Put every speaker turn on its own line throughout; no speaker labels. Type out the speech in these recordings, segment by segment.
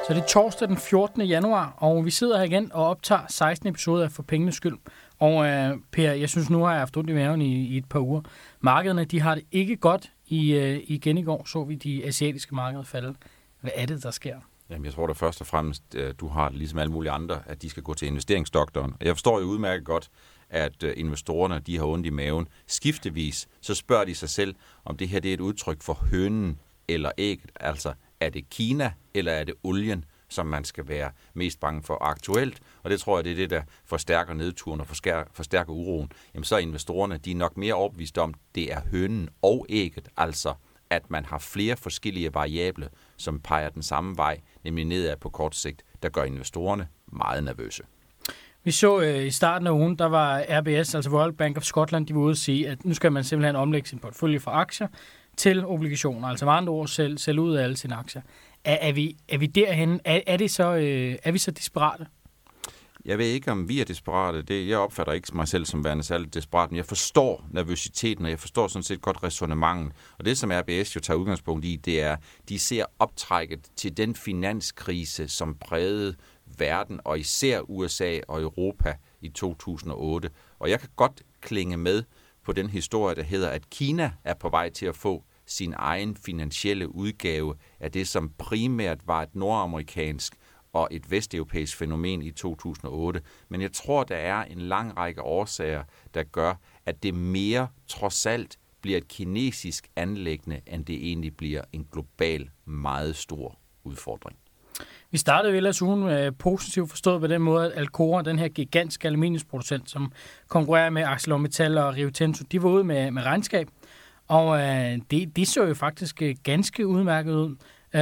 Så det er torsdag den 14. januar, og vi sidder her igen og optager 16 episoder For Pengenes Skyld. Og Per, jeg synes nu har jeg haft ondt i maven i et par uger. Markederne, de har det ikke godt. Igen i går så vi de asiatiske markeder falde. Hvad er det, der sker?
Jamen, jeg tror da først og fremmest, du har det ligesom alle mulige andre, at de skal gå til investeringsdoktoren. Jeg forstår jo udmærket godt, at investorerne, de har ondt i maven. Skiftevis, så spørger de sig selv, om det her det er et udtryk for hønen eller ægget. Altså, er det Kina, eller er det olien, som man skal være mest bange for aktuelt? Og det tror jeg, det er det, der forstærker nedturen og forstærker uroen. Jamen, så er investorerne, de er nok mere overbevist om, det er hønen og ægget, altså at man har flere forskellige variable, som peger den samme vej, nemlig nedad på kort sigt, der gør investorerne meget nervøse.
Vi så i starten af ugen, der var RBS, altså Royal Bank of Scotland, de var ude at sige, at nu skal man simpelthen omlægge sin portefølje fra aktier til obligationer, altså med andre ord sælge ud af alle sine aktier. Er vi derhenne? Er vi så desperate?
Jeg ved ikke, om vi er desperate. Jeg opfatter ikke mig selv som værende særligt desperat, men jeg forstår nervøsiteten, og jeg forstår sådan set godt ræsonnementet. Og det, som RBS jo tager udgangspunkt i, det er, de ser optrækket til den finanskrise, som prægede verden, og især USA og Europa i 2008. Og jeg kan godt klinge med på den historie, der hedder, at Kina er på vej til at få sin egen finansielle udgave af det, som primært var et nordamerikansk og et vesteuropæisk fænomen i 2008. Men jeg tror, der er en lang række årsager, der gør, at det mere trods alt bliver et kinesisk anliggende, end det egentlig bliver en global, meget stor udfordring.
Vi startede ellers ugen positivt forstået på den måde, at Alcoa, den her gigantiske aluminiumsproducent, som konkurrerer med ArcelorMittal og Rio Tinto, de var ude med regnskab, og de så jo faktisk ganske udmærket ud.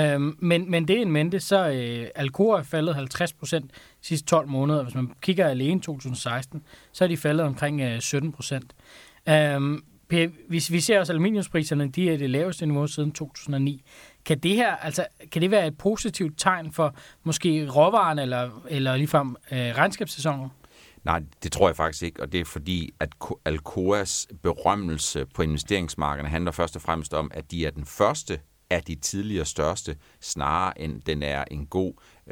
Men det en mente, så Alcoa er faldet 50% de sidste 12 måneder. Hvis man kigger alene 2016, så er de faldet omkring 17%. Vi ser også aluminiumspriserne, de er det laveste niveau siden 2009. Kan det være et positivt tegn for måske råvaren eller ligefrem regnskabssæsonen?
Nej, det tror jeg faktisk ikke, og det er fordi, at Alcoas berømmelse på investeringsmarkederne handler først og fremmest om, at de er den første af de tidligere største, snarere end den er en god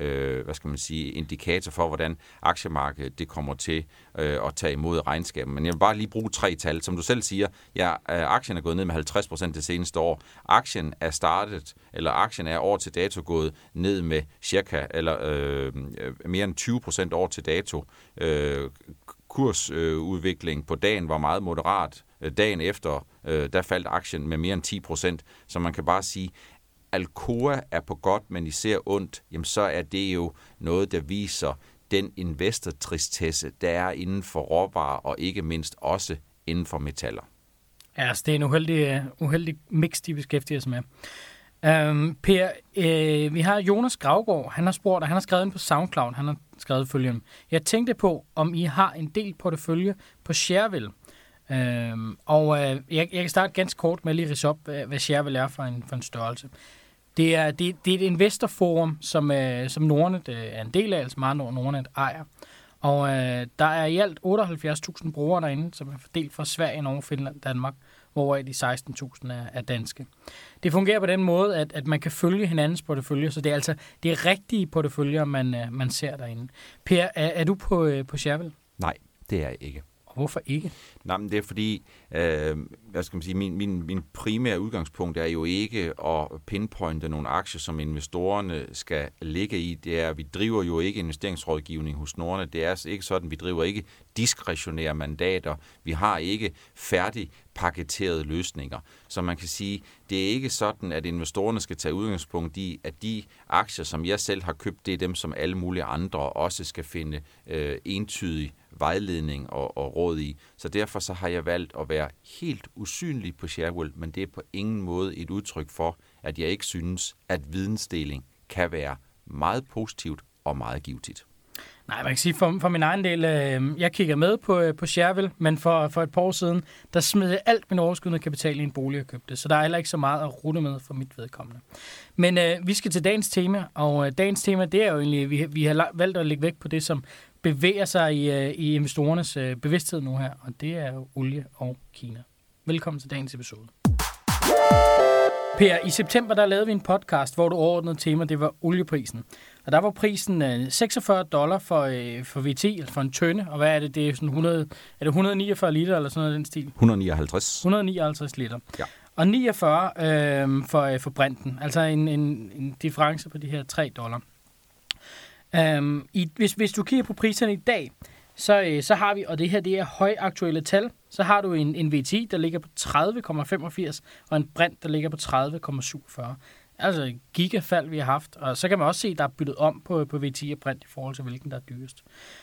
indikator for, hvordan aktiemarkedet det kommer til at tage imod regnskaben. Men jeg vil bare lige bruge 3 tal. Som du selv siger, aktien er gået ned med 50% det seneste år. Aktien er år til dato gået ned med cirka, mere end 20% år til dato. Kursudvikling på dagen var meget moderat. Dagen efter, der faldt aktien med mere end 10%, så man kan bare sige, Alcoa er på godt, men især ondt, jamen så er det jo noget, der viser den investortristesse, der er inden for råvarer, og ikke mindst også inden for metaller.
Ja, altså det er en uheldig mix, de beskæftiger sig med. Per, vi har Jonas Gravgaard, han har spurgt, og han har skrevet ind på SoundCloud, han har skrevet følgende. Jeg tænkte på, om I har en del portefølje på Shareville. Jeg kan starte ganske kort med at lige ridse op, hvad Shareville er for en størrelse. Det er et investorforum, som Nordnet er en del af, altså meget Nordnet ejer. Og der er i alt 78.000 brugere derinde, som er fordelt fra Sverige, Norge, Finland, Danmark, hvoraf de 16.000 er danske. Det fungerer på den måde, at man kan følge hinandens porteføljer, så det er rigtige porteføljer, man ser derinde. Per, er du på Shareville?
Nej, det er jeg ikke.
Hvorfor ikke?
Nej, men det er fordi, min primære udgangspunkt er jo ikke at pinpointe nogle aktier, som investorerne skal ligge i. Det er, vi driver jo ikke investeringsrådgivning hos Nordnet. Det er ikke sådan, vi driver ikke diskretionære mandater. Vi har ikke færdigpaketerede løsninger. Så man kan sige, det er ikke sådan, at investorerne skal tage udgangspunkt i, at de aktier, som jeg selv har købt, det er dem, som alle mulige andre også skal finde entydig vejledning og råd i. Så derfor så har jeg valgt at være helt usynlig på Shareville, men det er på ingen måde et udtryk for, at jeg ikke synes, at vidensdeling kan være meget positivt og meget givtigt.
Nej, man kan sige, for min egen del, jeg kigger med på Shareville, men for et par år siden, der smed jeg alt min overskydende kapital i en bolig, jeg købte. Så der er heller ikke så meget at rutte med for mit vedkommende. Men vi skal til dagens tema, og dagens tema, det er jo egentlig, vi har valgt at lægge vægt på det, som bevæger sig i investorernes bevidsthed nu her, og det er jo olie og Kina. Velkommen til dagens episode. Per, i september der lavede vi en podcast, hvor det overordnede tema, det var olieprisen. Og der var prisen $46 for VT, altså for en tønde. Og hvad er det? Det er sådan 149 liter eller sådan noget den stil?
159.
159 liter.
Ja.
Og 49 for Brinten. Altså en difference på de her $3. Hvis du kigger på priserne i dag, så har vi, og det her det er højaktuelle tal, så har du en VTI, der ligger på 30,85, og en Brent, der ligger på 30,47. Altså et gigafald, vi har haft. Og så kan man også se, at der er byttet om på VTI og Brent i forhold til, hvilken der er dyrest.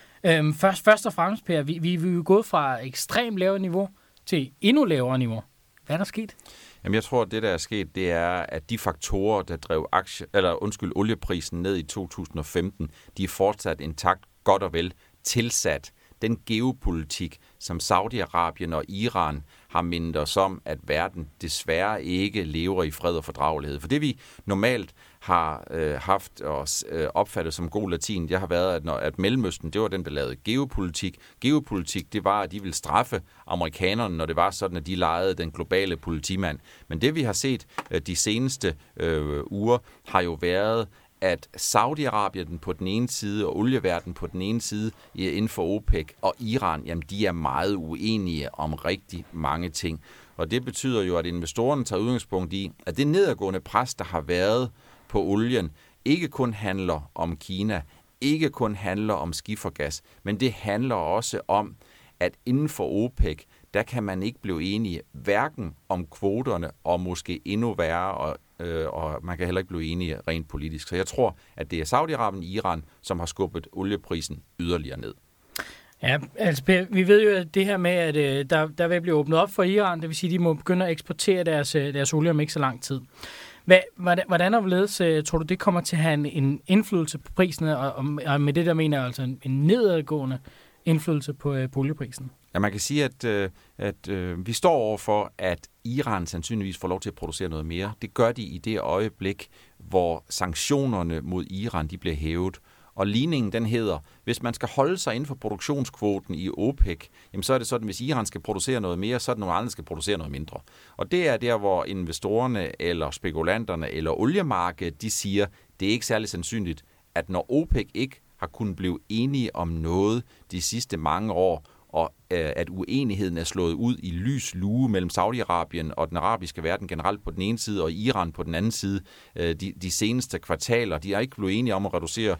Først og fremmest, Per, vi er jo gået fra ekstremt lavere niveau til endnu lavere niveau. Hvad er der sket?
Jamen, jeg tror, at det, der er sket, det er, at de faktorer, der drev olieprisen ned i 2015, de er fortsat intakt, godt og vel tilsat den geopolitik, som Saudi-Arabien og Iran har mindet os om, at verden desværre ikke lever i fred og fordragelighed. For det vi normalt har haft og opfattet som god latin, det har været, at Mellemøsten, det var den, der lavede geopolitik. Geopolitik, det var, at de ville straffe amerikanerne, når det var sådan, at de legede den globale politimand. Men det vi har set de seneste uger, har jo været, at Saudi-Arabien på den ene side og olieverdenen på den ene side inden for OPEC og Iran, jamen de er meget uenige om rigtig mange ting. Og det betyder jo, at investorerne tager udgangspunkt i, at det nedadgående pres, der har været på olien, ikke kun handler om Kina, ikke kun handler om skifergas, men det handler også om, at inden for OPEC, der kan man ikke blive enige hverken om kvoterne og måske endnu værre, og man kan heller ikke blive enige rent politisk. Så jeg tror, at det er Saudi-Arabien og Iran, som har skubbet olieprisen yderligere ned.
Ja, altså vi ved jo, at det her med, at der vil blive åbnet op for Iran, det vil sige, at de må begynde at eksportere deres olie om ikke så lang tid. Hvordan og hvorledes tror du, det kommer til at have en indflydelse på prisen, og med det der mener jeg altså en nedadgående indflydelse på olieprisen?
Ja, man kan sige, at vi står overfor, at Iran sandsynligvis får lov til at producere noget mere. Det gør de i det øjeblik, hvor sanktionerne mod Iran de bliver hævet. Og ligningen den hedder, hvis man skal holde sig inden for produktionskvoten i OPEC, jamen så er det sådan, at hvis Iran skal producere noget mere, så er det nogle andre, der skal producere noget mindre. Og det er der, hvor investorerne eller spekulanterne eller oliemarkedet, de siger, det er ikke særlig sandsynligt, at når OPEC ikke har kunnet blive enige om noget de sidste mange år, og at uenigheden er slået ud i lys lue mellem Saudi-Arabien og den arabiske verden generelt på den ene side, og Iran på den anden side. De seneste kvartaler, de er ikke blevet enige om at reducere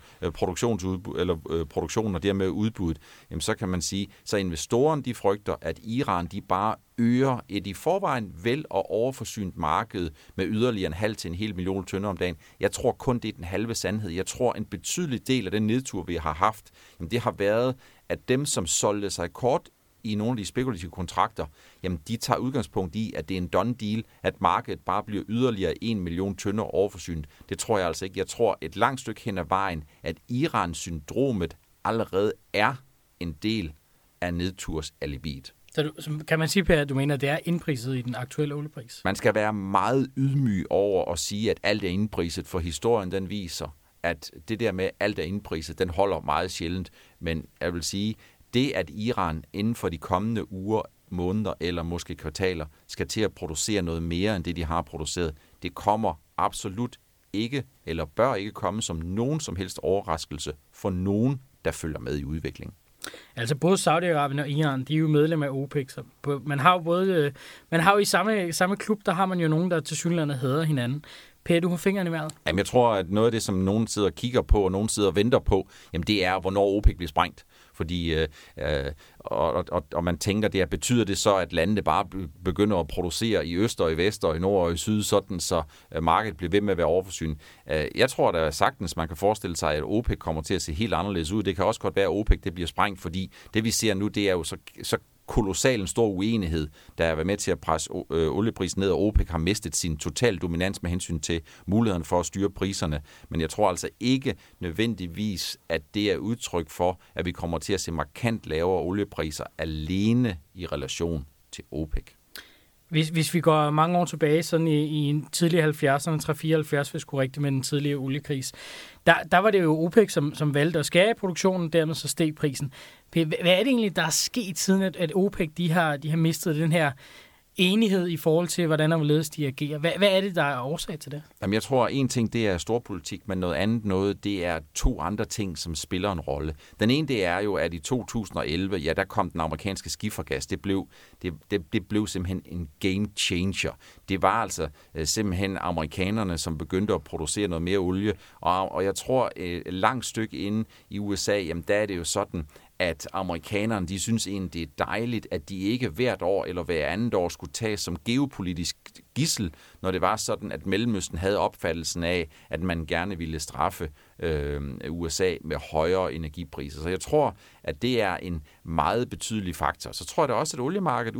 produktionen og dermed udbuddet. Jamen, så kan man sige, så investorerne de frygter, at Iran de bare øger et i forvejen vel og overforsynet marked med yderligere 0,5 til 1 million tønder om dagen. Jeg tror kun, det er den halve sandhed. Jeg tror, en betydelig del af den nedtur, vi har haft, jamen, det har været, at dem, som solgte sig kort i nogle af de spekulative kontrakter, jamen de tager udgangspunkt i, at det er en done deal, at markedet bare bliver yderligere 1 million tønder overforsynet. Det tror jeg altså ikke. Jeg tror et langt stykke hen ad vejen, at Iran-syndromet allerede er en del af nedtursalibiet.
Så kan man sige, Per, at du mener, at det er indpriset i den aktuelle oliepris?
Man skal være meget ydmyg over at sige, at alt er indpriset, for historien den viser, at det der med alt er indpriset, den holder meget sjældent. Men jeg vil sige, det at Iran inden for de kommende uger, måneder eller måske kvartaler skal til at producere noget mere end det, de har produceret, det kommer absolut ikke, eller bør ikke komme som nogen som helst overraskelse for nogen, der følger med i udviklingen.
Altså både Saudi-Arabien og Iran, de er jo medlemmer af OPEC, så man har jo i samme klub, der har man jo nogen, der tilsyneladende hader hinanden. Per, du har fingrene i vejret?
Jamen, jeg tror, at noget af det, som nogen sidder og kigger på, og nogen sidder og venter på, jamen det er, hvornår OPEC bliver sprængt. Fordi, og man tænker, det betyder det så, at landene bare begynder at producere i øst og i vest og i nord og i syd, sådan så markedet bliver ved med at være overforsynet. Jeg tror da sagtens, man kan forestille sig, at OPEC kommer til at se helt anderledes ud. Det kan også godt være, at OPEC det bliver sprængt, fordi det vi ser nu, det er jo så kolossal en stor uenighed, der er været med til at presse olieprisen ned, og OPEC har mistet sin total dominans med hensyn til muligheden for at styre priserne. Men jeg tror altså ikke nødvendigvis, at det er udtryk for, at vi kommer til at se markant lavere oliepriser alene i relation til OPEC.
Hvis vi går mange år tilbage, sådan i en tidlig 70'erne, 374, hvis skulle rigtigt med den tidlige oliekris, der var det jo OPEC, som valgte at skære i produktionen, dermed så steg prisen. Hvad er det egentlig, der er sket siden, at OPEC de har mistet den her enighed i forhold til, hvordan og hvorledes de agerer. Hvad er det, der er årsag til det?
Jamen, jeg tror, at en ting, det er storpolitik, men noget andet det er 2 andre ting, som spiller en rolle. Den ene, det er jo, at i 2011, ja, der kom den amerikanske skifergas. Det blev simpelthen en game changer. Det var altså simpelthen amerikanerne, som begyndte at producere noget mere olie. Og jeg tror, et langt stykke inde i USA, jamen, der er det jo sådan, at amerikanerne, de synes egentlig, det er dejligt, at de ikke hvert år eller hver andet år skulle tages som geopolitisk gidsel, når det var sådan, at Mellemøsten havde opfattelsen af, at man gerne ville straffe USA med højere energipriser. Så jeg tror, at det er en meget betydelig faktor. Så tror jeg da også, at oliemarkedet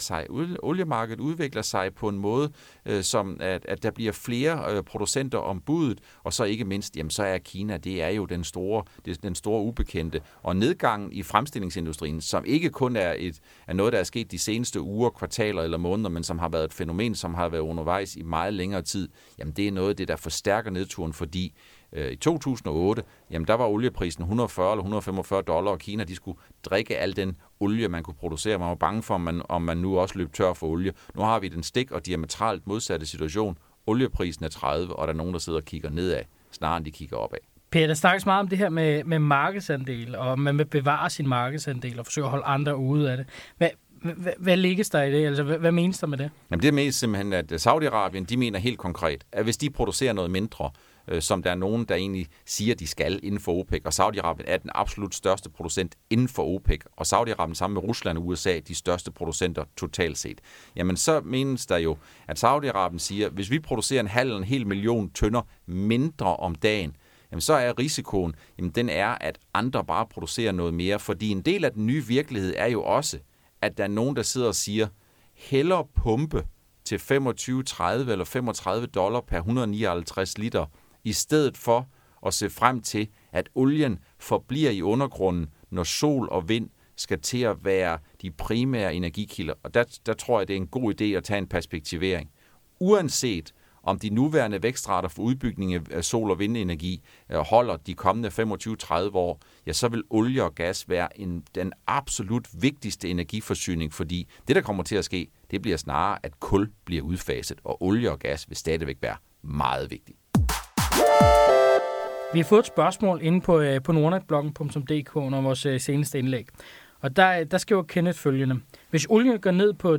udvikler sig på en måde, som at der bliver flere producenter om budet, og så ikke mindst, jamen så er Kina, det er jo den store ubekendte. Og nedgangen i fremstillingsindustrien, som ikke kun er noget, der er sket de seneste uger, kvartaler eller måneder, men som har været et fænomen, som har været undervejs i meget længere tid, jamen det er noget af det, der forstærker nedturen, fordi i 2008, jamen der var olieprisen $140 eller $145, og Kina, de skulle drikke al den olie, man kunne producere. Man var bange for, om man nu også løb tør for olie. Nu har vi den stik og diametralt modsatte situation. Olieprisen er 30, og der er nogen, der sidder og kigger nedad, snarere end de kigger opad.
Per, der snakkes meget om det her med markedsandel, og man vil bevare sin markedsandel og forsøge at holde andre ude af det. Hvad ligges der i det? Altså, hvad menes der med det?
Jamen, det er mest simpelthen, at Saudi-Arabien, de mener helt konkret, at hvis de producerer noget mindre, som der er nogen, der egentlig siger, de skal inden for OPEC, og Saudi-Arabien er den absolut største producent inden for OPEC, og Saudi-Arabien sammen med Rusland og USA, de største producenter totalt set. Jamen, så menes der jo, at Saudi-Arabien siger, hvis vi producerer en hel million tønder mindre om dagen, jamen så er risikoen, jamen den er, at andre bare producerer noget mere, fordi en del af den nye virkelighed er jo også, at der er nogen, der sidder og siger, hellere pumpe til 25, 30 eller $35 per 159 liter, i stedet for at se frem til, at olien forbliver i undergrunden, når sol og vind skal til at være de primære energikilder. Og der tror jeg, det er en god idé at tage en perspektivering. Uanset om de nuværende vækstrater for udbygning af sol- og vindenergi holder de kommende 25-30 år, ja, så vil olie og gas være den absolut vigtigste energiforsyning, fordi det, der kommer til at ske, det bliver snarere, at kul bliver udfaset, og olie og gas vil stadigvæk være meget vigtigt.
Vi har fået et spørgsmål inde på nordnetbloggen.dk under vores seneste indlæg. Og der skriver Kenneth følgende. Hvis olien går ned på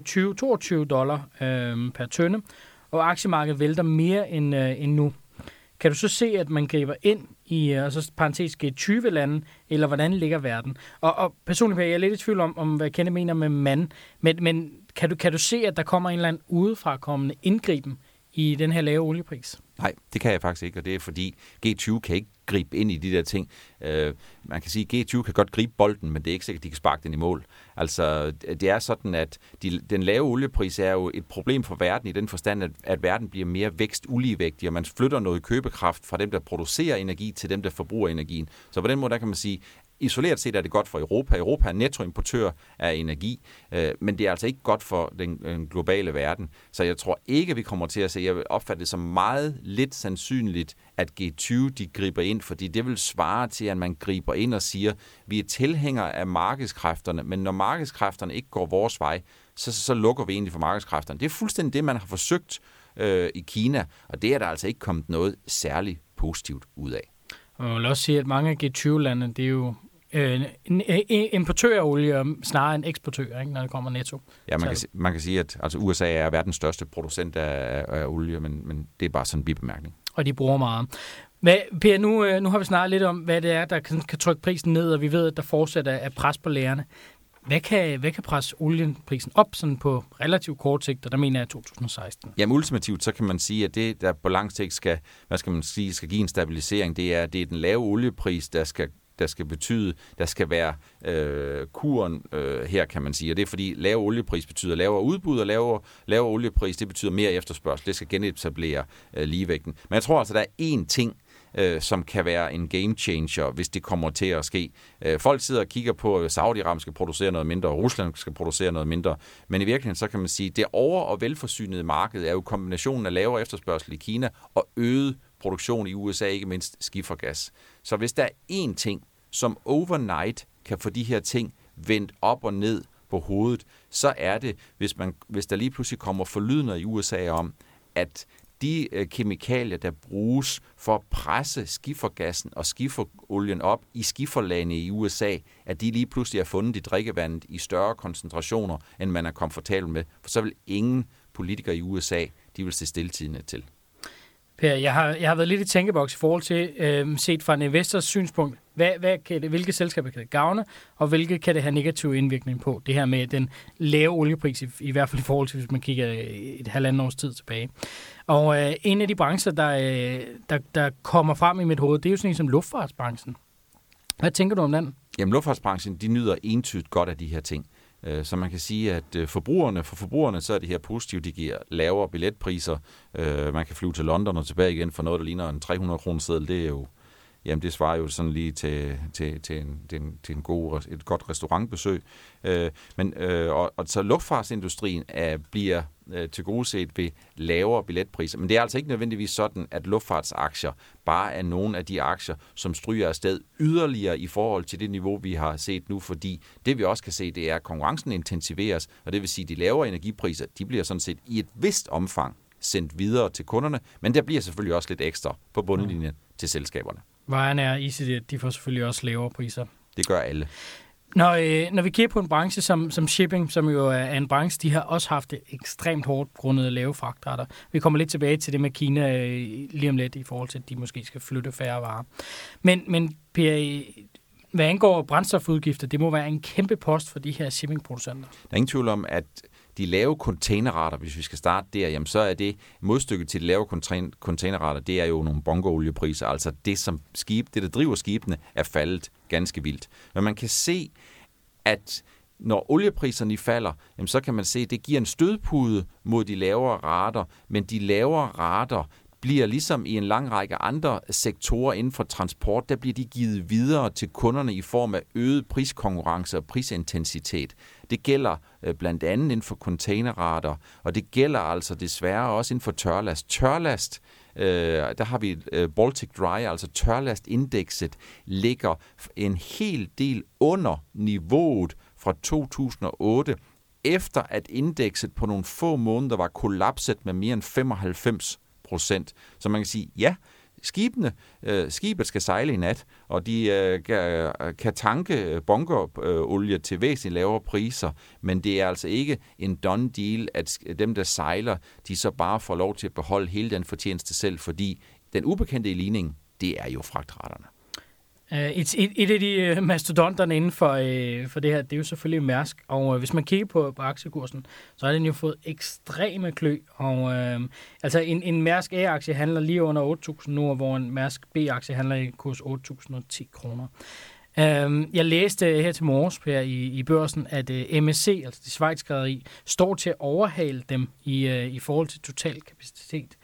$22 per tønde, og aktiemarkedet vælter mere end nu, kan du så se, at man griber ind i altså parentes G20-lande, eller hvordan ligger verden? Og personligt er jeg lidt i tvivl om hvad Kenneth mener med mand, men kan du se, at der kommer en eller anden udefrakommende indgriben i den her lave oliepris?
Nej, det kan jeg faktisk ikke, og det er fordi G20 kan ikke gribe ind i de der ting. Man kan sige, at G20 kan godt gribe bolden, men det er ikke sikkert, at de kan sparke den i mål. Altså, det er sådan, at den lave oliepris er jo et problem for verden i den forstand, at verden bliver mere vækstuligevægtig, og man flytter noget købekraft fra dem, der producerer energi, til dem, der forbruger energien. Så på den måde, der kan man sige, isoleret set er det godt for Europa. Europa er nettoimportør af energi, men det er altså ikke godt for den globale verden. Så jeg tror ikke, vi kommer til at se, jeg vil opfatte det som meget lidt sandsynligt, at G20 de griber ind, fordi det vil svare til, at man griber ind og siger, vi er tilhængere af markedskræfterne, men når markedskræfterne ikke går vores vej, så lukker vi egentlig for markedskræfterne. Det er fuldstændig det, man har forsøgt i Kina, og det er der altså ikke kommet noget særligt positivt ud af.
Og jeg vil også sige, at mange af G20-landene, det er jo importør af olie, snarere end eksportør, ikke, når det kommer netto.
Ja, man kan sige, at altså USA er verdens største producent af olie, men det er bare sådan en bibemærkning.
Og de bruger meget. Per, nu har vi snakket lidt om, hvad det er, der kan trykke prisen ned, og vi ved, at der fortsætter at pres på lærerne. Hvad kan presse olieprisen op sådan på relativt kort sigt, og der mener jeg 2016? Jamen
ultimativt, så kan man sige, at det, der på lang sigt skal give en stabilisering, det er den lave oliepris, der skal betyde, der skal være kuren her, kan man sige. Og det er fordi lavere oliepris betyder lavere udbud, og lavere oliepris, det betyder mere efterspørgsel. Det skal genetablere ligevægten. Men jeg tror altså, der er én ting, som kan være en game changer, hvis det kommer til at ske. Folk sidder og kigger på, at Saudi-Arabien skal producere noget mindre, og Rusland skal producere noget mindre. Men i virkeligheden, så kan man sige, at det over- og velforsynede marked er jo kombinationen af lavere efterspørgsel i Kina og øget produktion i USA, ikke mindst skifergas. Så hvis der er én ting, som overnight kan få de her ting vendt op og ned på hovedet, så er det, hvis der lige pludselig kommer forlydender i USA om, at de kemikalier, der bruges for at presse skifergassen og skiferolien op i skiferlagene i USA, at de lige pludselig er fundet i drikkevandet i større koncentrationer, end man er komfortabel med. For så vil ingen politikere i USA, de vil se stiltiende til.
Per, jeg har været lidt i tænkeboks i forhold til, set fra en investors synspunkt, hvilke selskaber kan det gavne, og hvilke kan det have negativ indvirkning på, det her med den lave oliepris, i hvert fald i forhold til, hvis man kigger et halvandet års tid tilbage. Og en af de brancher, der kommer frem i mit hoved, det er jo sådan en som luftfartsbranchen. Hvad tænker du om den? Jamen,
luftfartsbranchen, de nyder entydigt godt af de her ting. Så man kan sige, at for forbrugerne, så er det her positivt. De giver lavere billetpriser. Man kan flyve til London og tilbage igen for noget, der ligner en 300 kroner seddel. Det er jo, jamen det svarer jo sådan lige til et godt restaurantbesøg. Og så luftfartsindustrien bliver tilgodeset ved lavere billetpriser. Men det er altså ikke nødvendigvis sådan, at luftfartsaktier bare er nogle af de aktier, som stryger afsted yderligere i forhold til det niveau, vi har set nu, fordi det vi også kan se, det er, at konkurrencen intensiveres, og det vil sige, at de lavere energipriser, de bliver sådan set i et vist omfang sendt videre til kunderne, men der bliver selvfølgelig også lidt ekstra på bundlinjen til selskaberne.
Ryanair og EasyJet, de får selvfølgelig også lavere priser.
Det gør alle.
Når vi kigger på en branche som shipping, som jo er en branche, de har også haft det ekstremt hårdt grundet lave fragtrater. Vi kommer lidt tilbage til det med Kina lige om lidt i forhold til, at de måske skal flytte færre varer. Men Per, hvad angår brændstofudgifter, det må være en kæmpe post for de her shippingproducenter.
Der er ingen tvivl om, at de lave containerrater, hvis vi skal starte der, jamen så er det modstykket til de lave containerrater, det er jo nogle bunkeroliepriser, altså det der driver skibene, er faldet ganske vildt. Men man kan se, at når oliepriserne falder, jamen så kan man se, at det giver en stødpude mod de lavere rater, men de lavere rater bliver ligesom i en lang række andre sektorer inden for transport, der bliver de givet videre til kunderne i form af øget priskonkurrence og prisintensitet. Det gælder blandt andet inden for containerrater, og det gælder altså desværre også inden for tørlast. Tørlast, der har vi Baltic Dry, altså tørlastindekset, ligger en hel del under niveauet fra 2008, efter at indekset på nogle få måneder var kollapset med mere end 95%. Så man kan sige, ja, skibet skal sejle i nat, og de kan tanke bunkerolie til væsentligt lavere priser, men det er altså ikke en done deal, at dem, der sejler, de så bare får lov til at beholde hele den fortjeneste selv, fordi den ubekendte i ligningen, det er jo fragtraterne.
Et af de mastodonterne inden for det her, det er jo selvfølgelig Mærsk, og hvis man kigger på aktiekursen, så har den jo fået ekstreme klø, og altså en Mærsk A-aktie handler lige under 8.000 nu, hvor en Mærsk B-aktie handler i kurs 8.010 kroner. Jeg læste her til morges her i børsen, at MSC, altså det schweiziske rederi, står til at overhale dem i forhold til total kapacitet.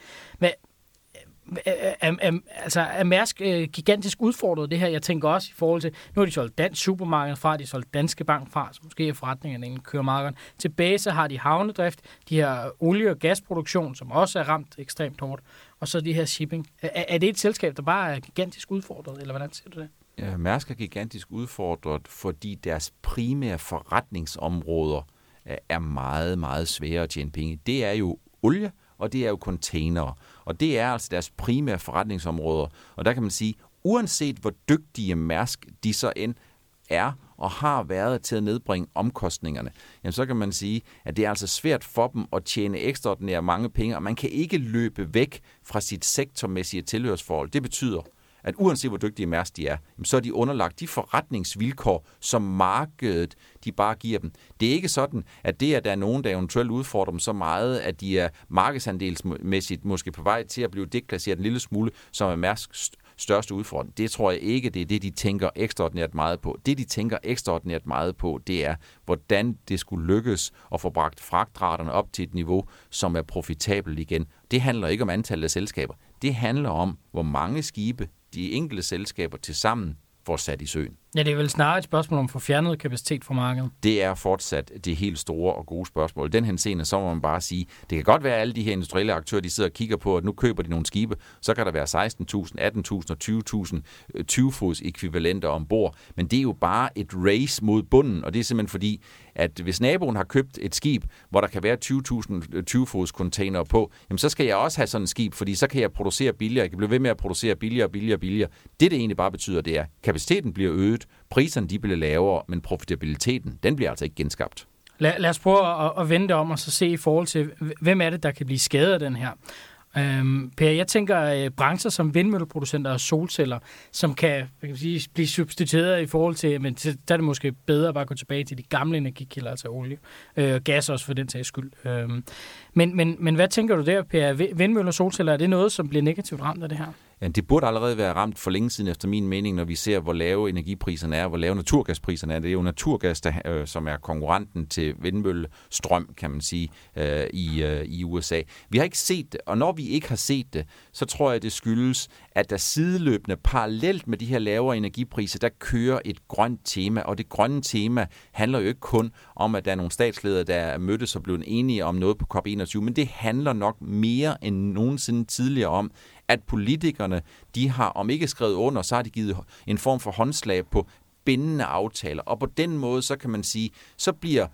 Er Mærsk gigantisk udfordret det her? Jeg tænker også i forhold til, nu har de solgt Dansk Supermarked fra, de har solgt Danske Bank fra, så måske er forretningerne inden kører markederne. Tilbage så har de havnedrift, de her olie- og gasproduktion, som også er ramt ekstremt hårdt, og så de her shipping. Er det et selskab, der bare er gigantisk udfordret, eller hvordan ser du det?
Ja, Mærsk er gigantisk udfordret, fordi deres primære forretningsområder er meget, meget svære at tjene penge. Det er jo olie, og det er jo containere. Og det er altså deres primære forretningsområder. Og der kan man sige, uanset hvor dygtige Mærsk de så end er og har været til at nedbringe omkostningerne, jamen så kan man sige, at det er altså svært for dem at tjene ekstraordinært mange penge, og man kan ikke løbe væk fra sit sektormæssige tilhørsforhold. Det betyder, at uanset hvor dygtige Mærsk de er, så er de underlagt de forretningsvilkår, som markedet de bare giver dem. Det er ikke sådan, at det, at der er nogen, der eventuelt udfordrer dem så meget, at de er markedsandelsmæssigt måske på vej til at blive deklasseret en lille smule, som er Mærsks største udfordring. Det tror jeg ikke, det er det, de tænker ekstraordinært meget på. Det, de tænker ekstraordinært meget på, det er, hvordan det skulle lykkes at få bragt fragtraterne op til et niveau, som er profitabelt igen. Det handler ikke om antallet af selskaber. Det handler om, hvor mange skibe de enkelte selskaber til sammen får sat i søen.
Ja, det er vel snarere et spørgsmål om at få fjernet kapacitet fra markedet.
Det er fortsat det helt store og gode spørgsmål. Den henseende, så må man bare sige, det kan godt være, at alle de her industrielle aktører, de sidder og kigger på, at nu køber de nogle skibe, så kan der være 16.000, 18.000 og 20.000 20-fods ekvivalenter ombord. Men det er jo bare et race mod bunden, og det er simpelthen fordi, at hvis naboen har købt et skib, hvor der kan være 20.000 20-fods container på, jamen så skal jeg også have sådan et skib, fordi så kan jeg producere billigere. Jeg kan blive ved med at producere billigere. Det egentlig bare betyder, det er, at kapaciteten bliver øget, priserne de bliver lavere, men profitabiliteten, den bliver altså ikke genskabt.
Lad os prøve at vende det om og så se i forhold til, hvem er det, der kan blive skadet af den her. Per, jeg tænker brancher som vindmølleproducenter og solceller, som kan blive substitueret i forhold til, men der er det måske bedre at bare gå tilbage til de gamle energikilder, altså olie og gas også for den sags skyld. Men hvad tænker du der, Per? Vindmøller og solceller, er det noget, som bliver negativt ramt af det her?
Ja, det burde allerede være ramt for længe siden, efter min mening, når vi ser, hvor lave energipriserne er, hvor lave naturgaspriserne er. Det er jo naturgas, som er konkurrenten til vindmøllestrøm, kan man sige, i USA. Vi har ikke set det, og når vi ikke har set det, så tror jeg, det skyldes, at der sideløbende, parallelt med de her lavere energipriser, der kører et grønt tema, og det grønne tema handler jo ikke kun om, at der er nogle statsledere, der er mødtes og blevet enige om noget på COP21, men det handler nok mere end nogensinde tidligere om, at politikerne, de har om ikke skrevet under, så har de givet en form for håndslag på bindende aftaler. Og på den måde, så kan man sige, så bliver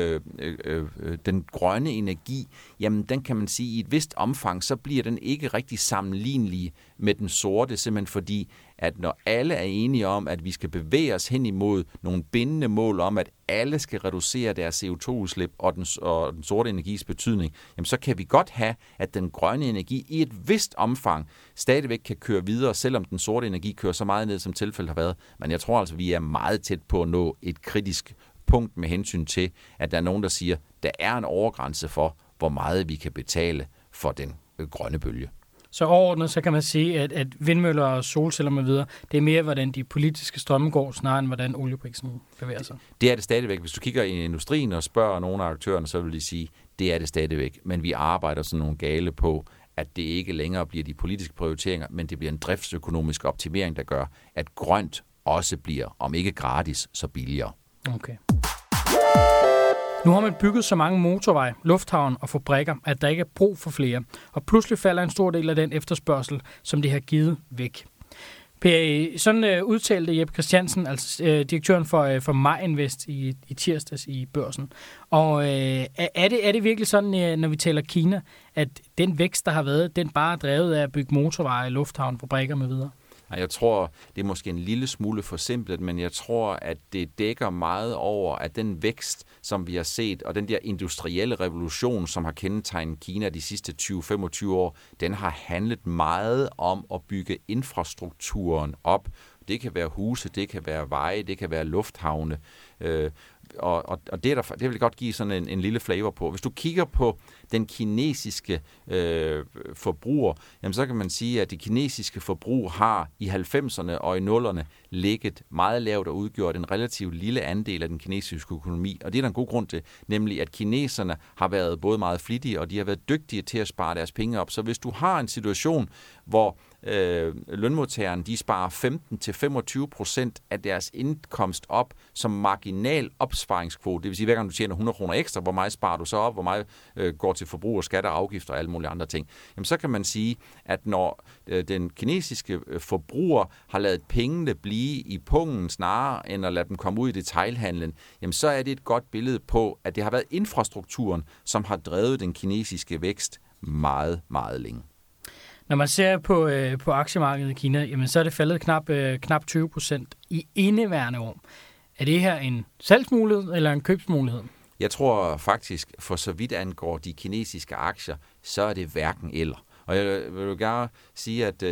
den grønne energi, jamen den kan man sige i et vist omfang, så bliver den ikke rigtig sammenlignelig med den sorte, simpelthen fordi, at når alle er enige om, at vi skal bevæge os hen imod nogle bindende mål om, at alle skal reducere deres CO2-udslip og den sorte energis betydning, jamen så kan vi godt have, at den grønne energi i et vist omfang stadigvæk kan køre videre, selvom den sorte energi kører så meget ned, som tilfældet har været. Men jeg tror altså, vi er meget tæt på at nå et kritisk punkt med hensyn til, at der er nogen, der siger, der er en overgrænse for, hvor meget vi kan betale for den grønne bølge.
Så overordnet, så kan man sige, at vindmøller og solceller med videre, det er mere, hvordan de politiske strømme går, snarere end hvordan olieprisen bevæger sig.
Det er det stadigvæk. Hvis du kigger i industrien og spørger nogle af aktørerne, så vil de sige, det er det stadigvæk. Men vi arbejder sådan nogle gale på, at det ikke længere bliver de politiske prioriteringer, men det bliver en driftsøkonomisk optimering, der gør, at grønt også bliver, om ikke gratis, så billigere.
Okay. Nu har man bygget så mange motorveje, lufthavne og fabrikker, at der ikke er brug for flere. Og pludselig falder en stor del af den efterspørgsel, som det har givet væk. Per, sådan udtalte Jeppe Christiansen, altså direktøren for Majinvest i tirsdags i børsen. Og er det virkelig sådan, når vi taler Kina, at den vækst, der har været, den bare er drevet af at bygge motorveje, lufthavne, fabrikker med videre?
Jeg tror, det er måske en lille smule forsimplet, men jeg tror, at det dækker meget over, at den vækst, som vi har set, og den der industrielle revolution, som har kendetegnet Kina de sidste 20-25 år, den har handlet meget om at bygge infrastrukturen op. Det kan være huse, det kan være veje, det kan være lufthavne. Og det vil jeg godt give sådan en lille flavor på. Hvis du kigger på den kinesiske forbruger, jamen så kan man sige, at det kinesiske forbrug har i 90'erne og i 0'erne ligget meget lavt og udgjort en relativt lille andel af den kinesiske økonomi. Og det er der en god grund til, nemlig at kineserne har været både meget flittige, og de har været dygtige til at spare deres penge op. Så hvis du har en situation, hvor lønmodtagerne de sparer 15-25% af deres indkomst op som marginal opsparingskvote, det vil sige, hver gang du tjener 100 kroner ekstra, hvor meget sparer du så op, hvor meget går til forbrug og skatter og afgifter og alle mulige andre ting, jamen så kan man sige, at når den kinesiske forbruger har ladet pengene blive i pungen snarere end at lade dem komme ud i detailhandlen, jamen så er det et godt billede på, at det har været infrastrukturen, som har drevet den kinesiske vækst meget, meget længe.
Når man ser på aktiemarkedet i Kina, jamen så er det faldet knap 20% i indeværende år. Er det her en salgsmulighed eller en købsmulighed?
Jeg tror faktisk, for så vidt angår de kinesiske aktier, så er det hverken eller. Og jeg vil gerne sige, at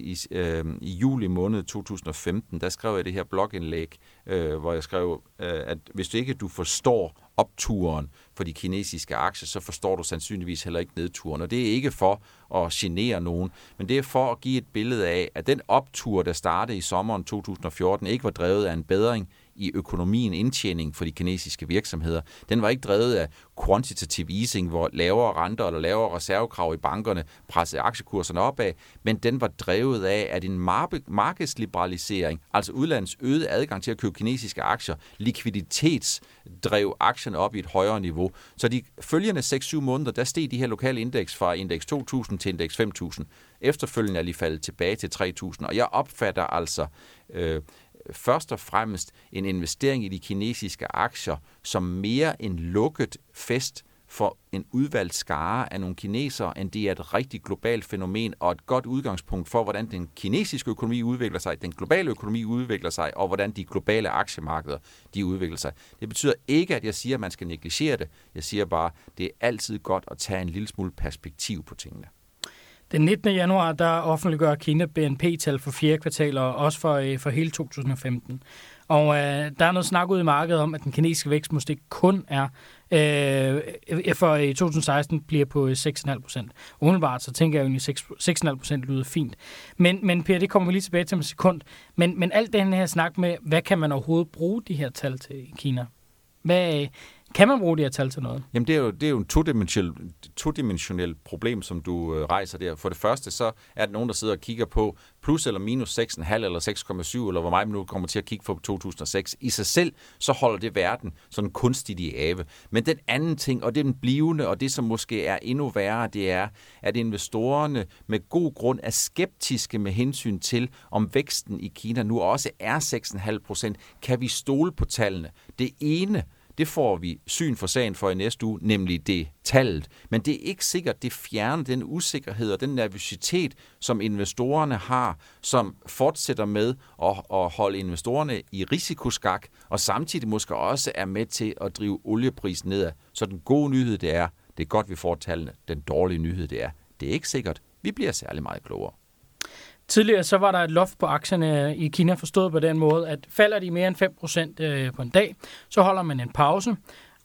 i juli måned 2015, der skrev jeg det her blogindlæg, hvor jeg skrev, at hvis ikke du forstår opturen for de kinesiske aktier, så forstår du sandsynligvis heller ikke nedturen. Og det er ikke for at genere nogen, men det er for at give et billede af, at den optur, der startede i sommeren 2014, ikke var drevet af en bedring i økonomien, indtjening for de kinesiske virksomheder. Den var ikke drevet af quantitative easing, hvor lavere renter eller lavere reservekrav i bankerne pressede aktiekurserne opad, men den var drevet af, at en markedsliberalisering, altså udlandets øgede adgang til at købe kinesiske aktier, likviditetsdrev aktierne op i et højere niveau. Så de følgende 6-7 måneder, der steg de her lokale indeks fra indeks 2000 til indeks 5000. Efterfølgende er de faldet tilbage til 3000, og jeg opfatter altså først og fremmest en investering i de kinesiske aktier som mere en lukket fest for en udvalgt skare af nogle kinesere, end det er et rigtig globalt fænomen og et godt udgangspunkt for, hvordan den kinesiske økonomi udvikler sig, den globale økonomi udvikler sig, og hvordan de globale aktiemarkeder de udvikler sig. Det betyder ikke, at jeg siger, at man skal negligere det. Jeg siger bare, at det er altid godt at tage en lille smule perspektiv på tingene.
Den 19. januar, der offentliggør Kina BNP-tal for 4. kvartal, og også for hele 2015. Og der er noget snak ud i markedet om, at den kinesiske vækst måske kun er, for i 2016 bliver på 6,5%. Umiddelbart, så tænker jeg jo, at 6,5% lyder fint. Men Per, det kommer vi lige tilbage til om et sekund. Men alt den her snak med, hvad kan man overhovedet bruge de her tal til i Kina? Kan man bruge de her tal til noget?
Jamen, det er jo en todimensionel problem, som du rejser der. For det første, så er der nogen, der sidder og kigger på plus eller minus 6,5 eller 6,7, eller hvor meget man nu kommer til at kigge på 2006. I sig selv, så holder det verden sådan kunstigt i ave. Men den anden ting, og det er den blivende, og det som måske er endnu værre, det er, at investorerne med god grund er skeptiske med hensyn til, om væksten i Kina nu også er 6,5%. Kan vi stole på tallene? Det ene, det får vi syn for sagen for i næste uge, nemlig det tallet. Men det er ikke sikkert, det fjerner den usikkerhed og den nervøsitet, som investorerne har, som fortsætter med at holde investorerne i risikoskak, og samtidig måske også er med til at drive olieprisen nedad. Så den gode nyhed, det er godt, vi får tallene. Den dårlige nyhed, det er ikke sikkert, vi bliver særlig meget klogere.
Tidligere så var der et loft på aktierne i Kina, forstået på den måde, at falder de mere end 5% på en dag, så holder man en pause.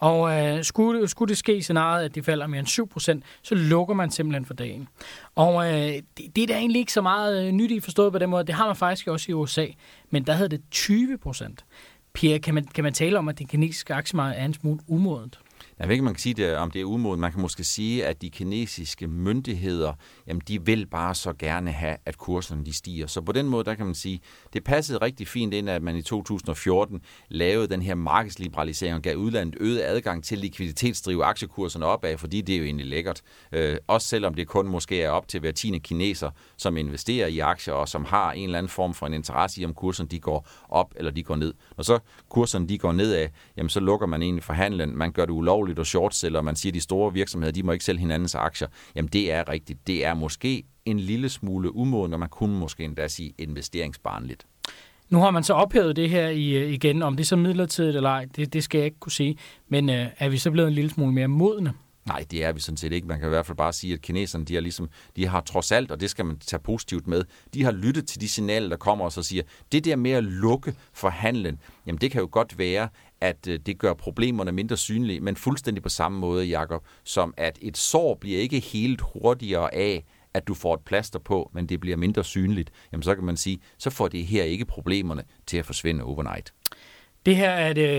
Og skulle det ske i scenariet, at de falder mere end 7%, så lukker man simpelthen for dagen. Og det er da egentlig ikke så meget nyt i forstået på den måde. Det har man faktisk også i USA, men der havde det 20%. Pierre, kan man tale om, at det kinesiske aktiemarked er en smule umodent?
Jeg ved ikke, man kan sige det, om det er umodent. Man kan måske sige, at de kinesiske myndigheder, jamen de vil bare så gerne have, at kurserne de stiger. Så på den måde, der kan man sige, det passede rigtig fint ind, at man i 2014 lavede den her markedsliberalisering og gav udlandet øget adgang til likviditetsdrive aktiekurserne opad, fordi det er jo egentlig lækkert. Også selvom det kun måske er op til hver 10. kineser, som investerer i aktier og som har en eller anden form for en interesse i, om kurserne de går op eller de går ned. Når så kurserne de går nedad, jamen så lukker man egentlig for handlen. Man gør det ulovligt og shortseller, man siger, at de store virksomheder, de må ikke sælge hinandens aktier. Jamen det er rigtigt. Det er måske en lille smule umoden, og man kunne måske endda sige investeringsbarnligt.
Nu har man så ophævet det her igen, om det er så midlertidigt eller ej, det skal jeg ikke kunne sige. Men er vi så blevet en lille smule mere modne?
Nej, det er vi sådan set ikke. Man kan i hvert fald bare sige, at kineserne, de har trods alt, og det skal man tage positivt med, de har lyttet til de signaler, der kommer og så siger, det der med at lukke for handlen, jamen det kan jo godt være, at det gør problemerne mindre synlige, men fuldstændig på samme måde, Jakob, som at et sår bliver ikke helt hurtigere af, at du får et plaster på, men det bliver mindre synligt. Jamen så kan man sige, så får det her ikke problemerne til at forsvinde overnight.
Det her,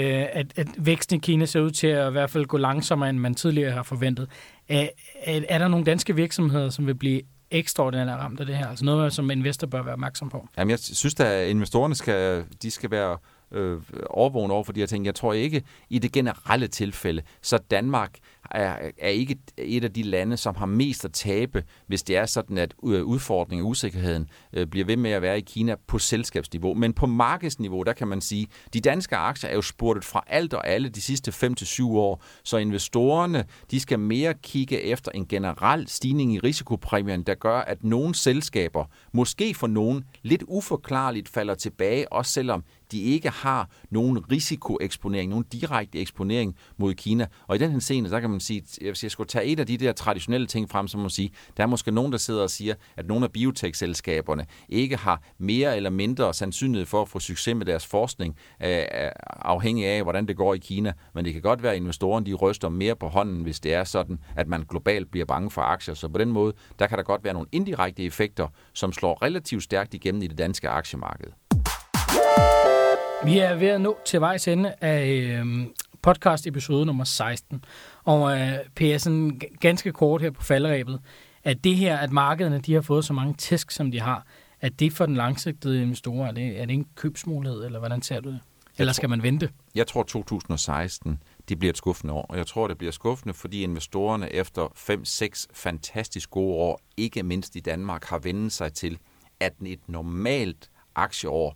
at væksten i Kina ser ud til at i hvert fald gå langsommere, end man tidligere har forventet. Er der nogle danske virksomheder, som vil blive ekstraordinært ramt af det her? Altså noget, som investor bør være opmærksom på?
Jamen jeg synes, at investorerne skal være overvågen over for de her ting. Jeg tror ikke, i det generelle tilfælde, så Danmark er ikke et af de lande, som har mest at tabe, hvis det er sådan, at udfordringen og usikkerheden bliver ved med at være i Kina på selskabsniveau. Men på markedsniveau, der kan man sige, de danske aktier er jo spurtet fra alt og alle de sidste 5-7 år, så investorerne, de skal mere kigge efter en generel stigning i risikopræmien, der gør, at nogle selskaber, måske for nogen, lidt uforklarligt falder tilbage, også selvom de ikke har nogen risikoeksponering, nogen direkte eksponering mod Kina. Og i den henseende, der kan man sige, hvis jeg skulle tage et af de der traditionelle ting frem, så må man sige, der er måske nogen, der sidder og siger, at nogle af biotech-selskaberne ikke har mere eller mindre sandsynlighed for at få succes med deres forskning, afhængig af, hvordan det går i Kina. Men det kan godt være, at investorerne de ryster mere på hånden, hvis det er sådan, at man globalt bliver bange for aktier. Så på den måde, der kan der godt være nogle indirekte effekter, som slår relativt stærkt igennem i det danske aktiemarked.
Vi er ved at nå til vejs ende af podcast episode nummer 16. Og Per, sådan ganske kort her på falderebet, at det her, at markederne de har fået så mange tæsk, som de har, at det for den langsigtede investorer, er det en købsmulighed, eller hvordan ser du det? Eller skal man vente?
Jeg tror, 2016 det bliver et skuffende år, og jeg tror, det bliver skuffende, fordi investorerne efter 5-6 fantastisk gode år, ikke mindst i Danmark, har vendt sig til, at et normalt aktieår,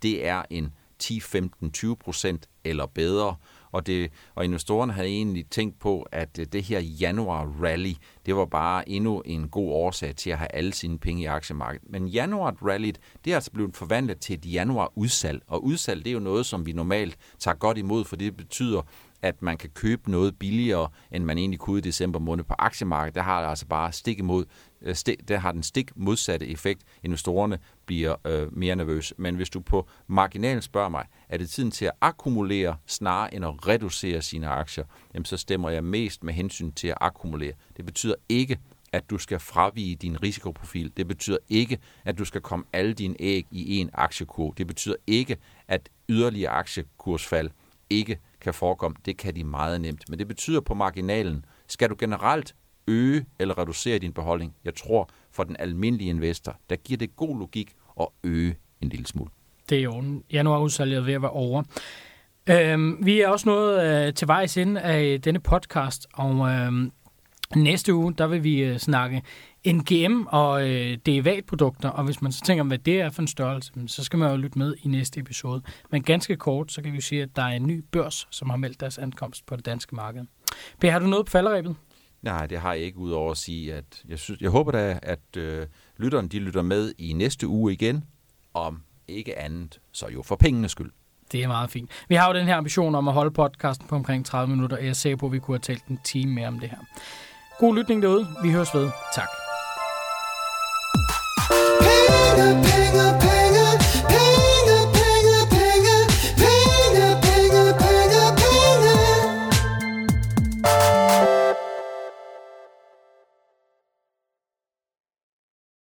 det er en 10, 15, 20% eller bedre. Og investorerne havde egentlig tænkt på, at det her januar-rally, det var bare endnu en god årsag til at have alle sine penge i aktiemarkedet. Men januar-rallyet, det er altså blevet forvandlet til et januar-udsalg. Og udsalg, det er jo noget, som vi normalt tager godt imod, for det betyder, at man kan købe noget billigere, end man egentlig kunne i december måned på aktiemarkedet. Der har det altså bare der har den stik modsatte effekt. Investorerne bliver mere nervøse. Men hvis du på marginalen spørger mig, er det tiden til at akkumulere snarere end at reducere sine aktier, jamen så stemmer jeg mest med hensyn til at akkumulere. Det betyder ikke, at du skal fravige din risikoprofil. Det betyder ikke, at du skal komme alle dine æg i en aktiekurve. Det betyder ikke, at yderligere aktiekursfald ikke kan forekomme. Det kan de meget nemt. Men det betyder på marginalen, skal du generelt øge eller reducere din beholdning? Jeg tror, for den almindelige investor, der giver det god logik at øge en lille smule.
Det er jo januarudsalget ved at være over. Vi er også nået til vejs ende af denne podcast, og næste uge, der vil vi snakke NGM og derivatprodukter, og hvis man så tænker, hvad det er for en størrelse, så skal man jo lytte med i næste episode. Men ganske kort, så kan vi sige, at der er en ny børs, som har meldt deres ankomst på det danske marked. Per, har du noget på falderebet?
Nej, det har jeg ikke, udover at sige, at jeg håber da, at lytterne de lytter med i næste uge igen, om ikke andet, så jo for pengenes skyld.
Det er meget fint. Vi har jo den her ambition om at holde podcasten på omkring 30 minutter, og jeg er sikker på, at vi kunne have talt en time mere om det her. God lytning derude. Vi høres ved. Tak.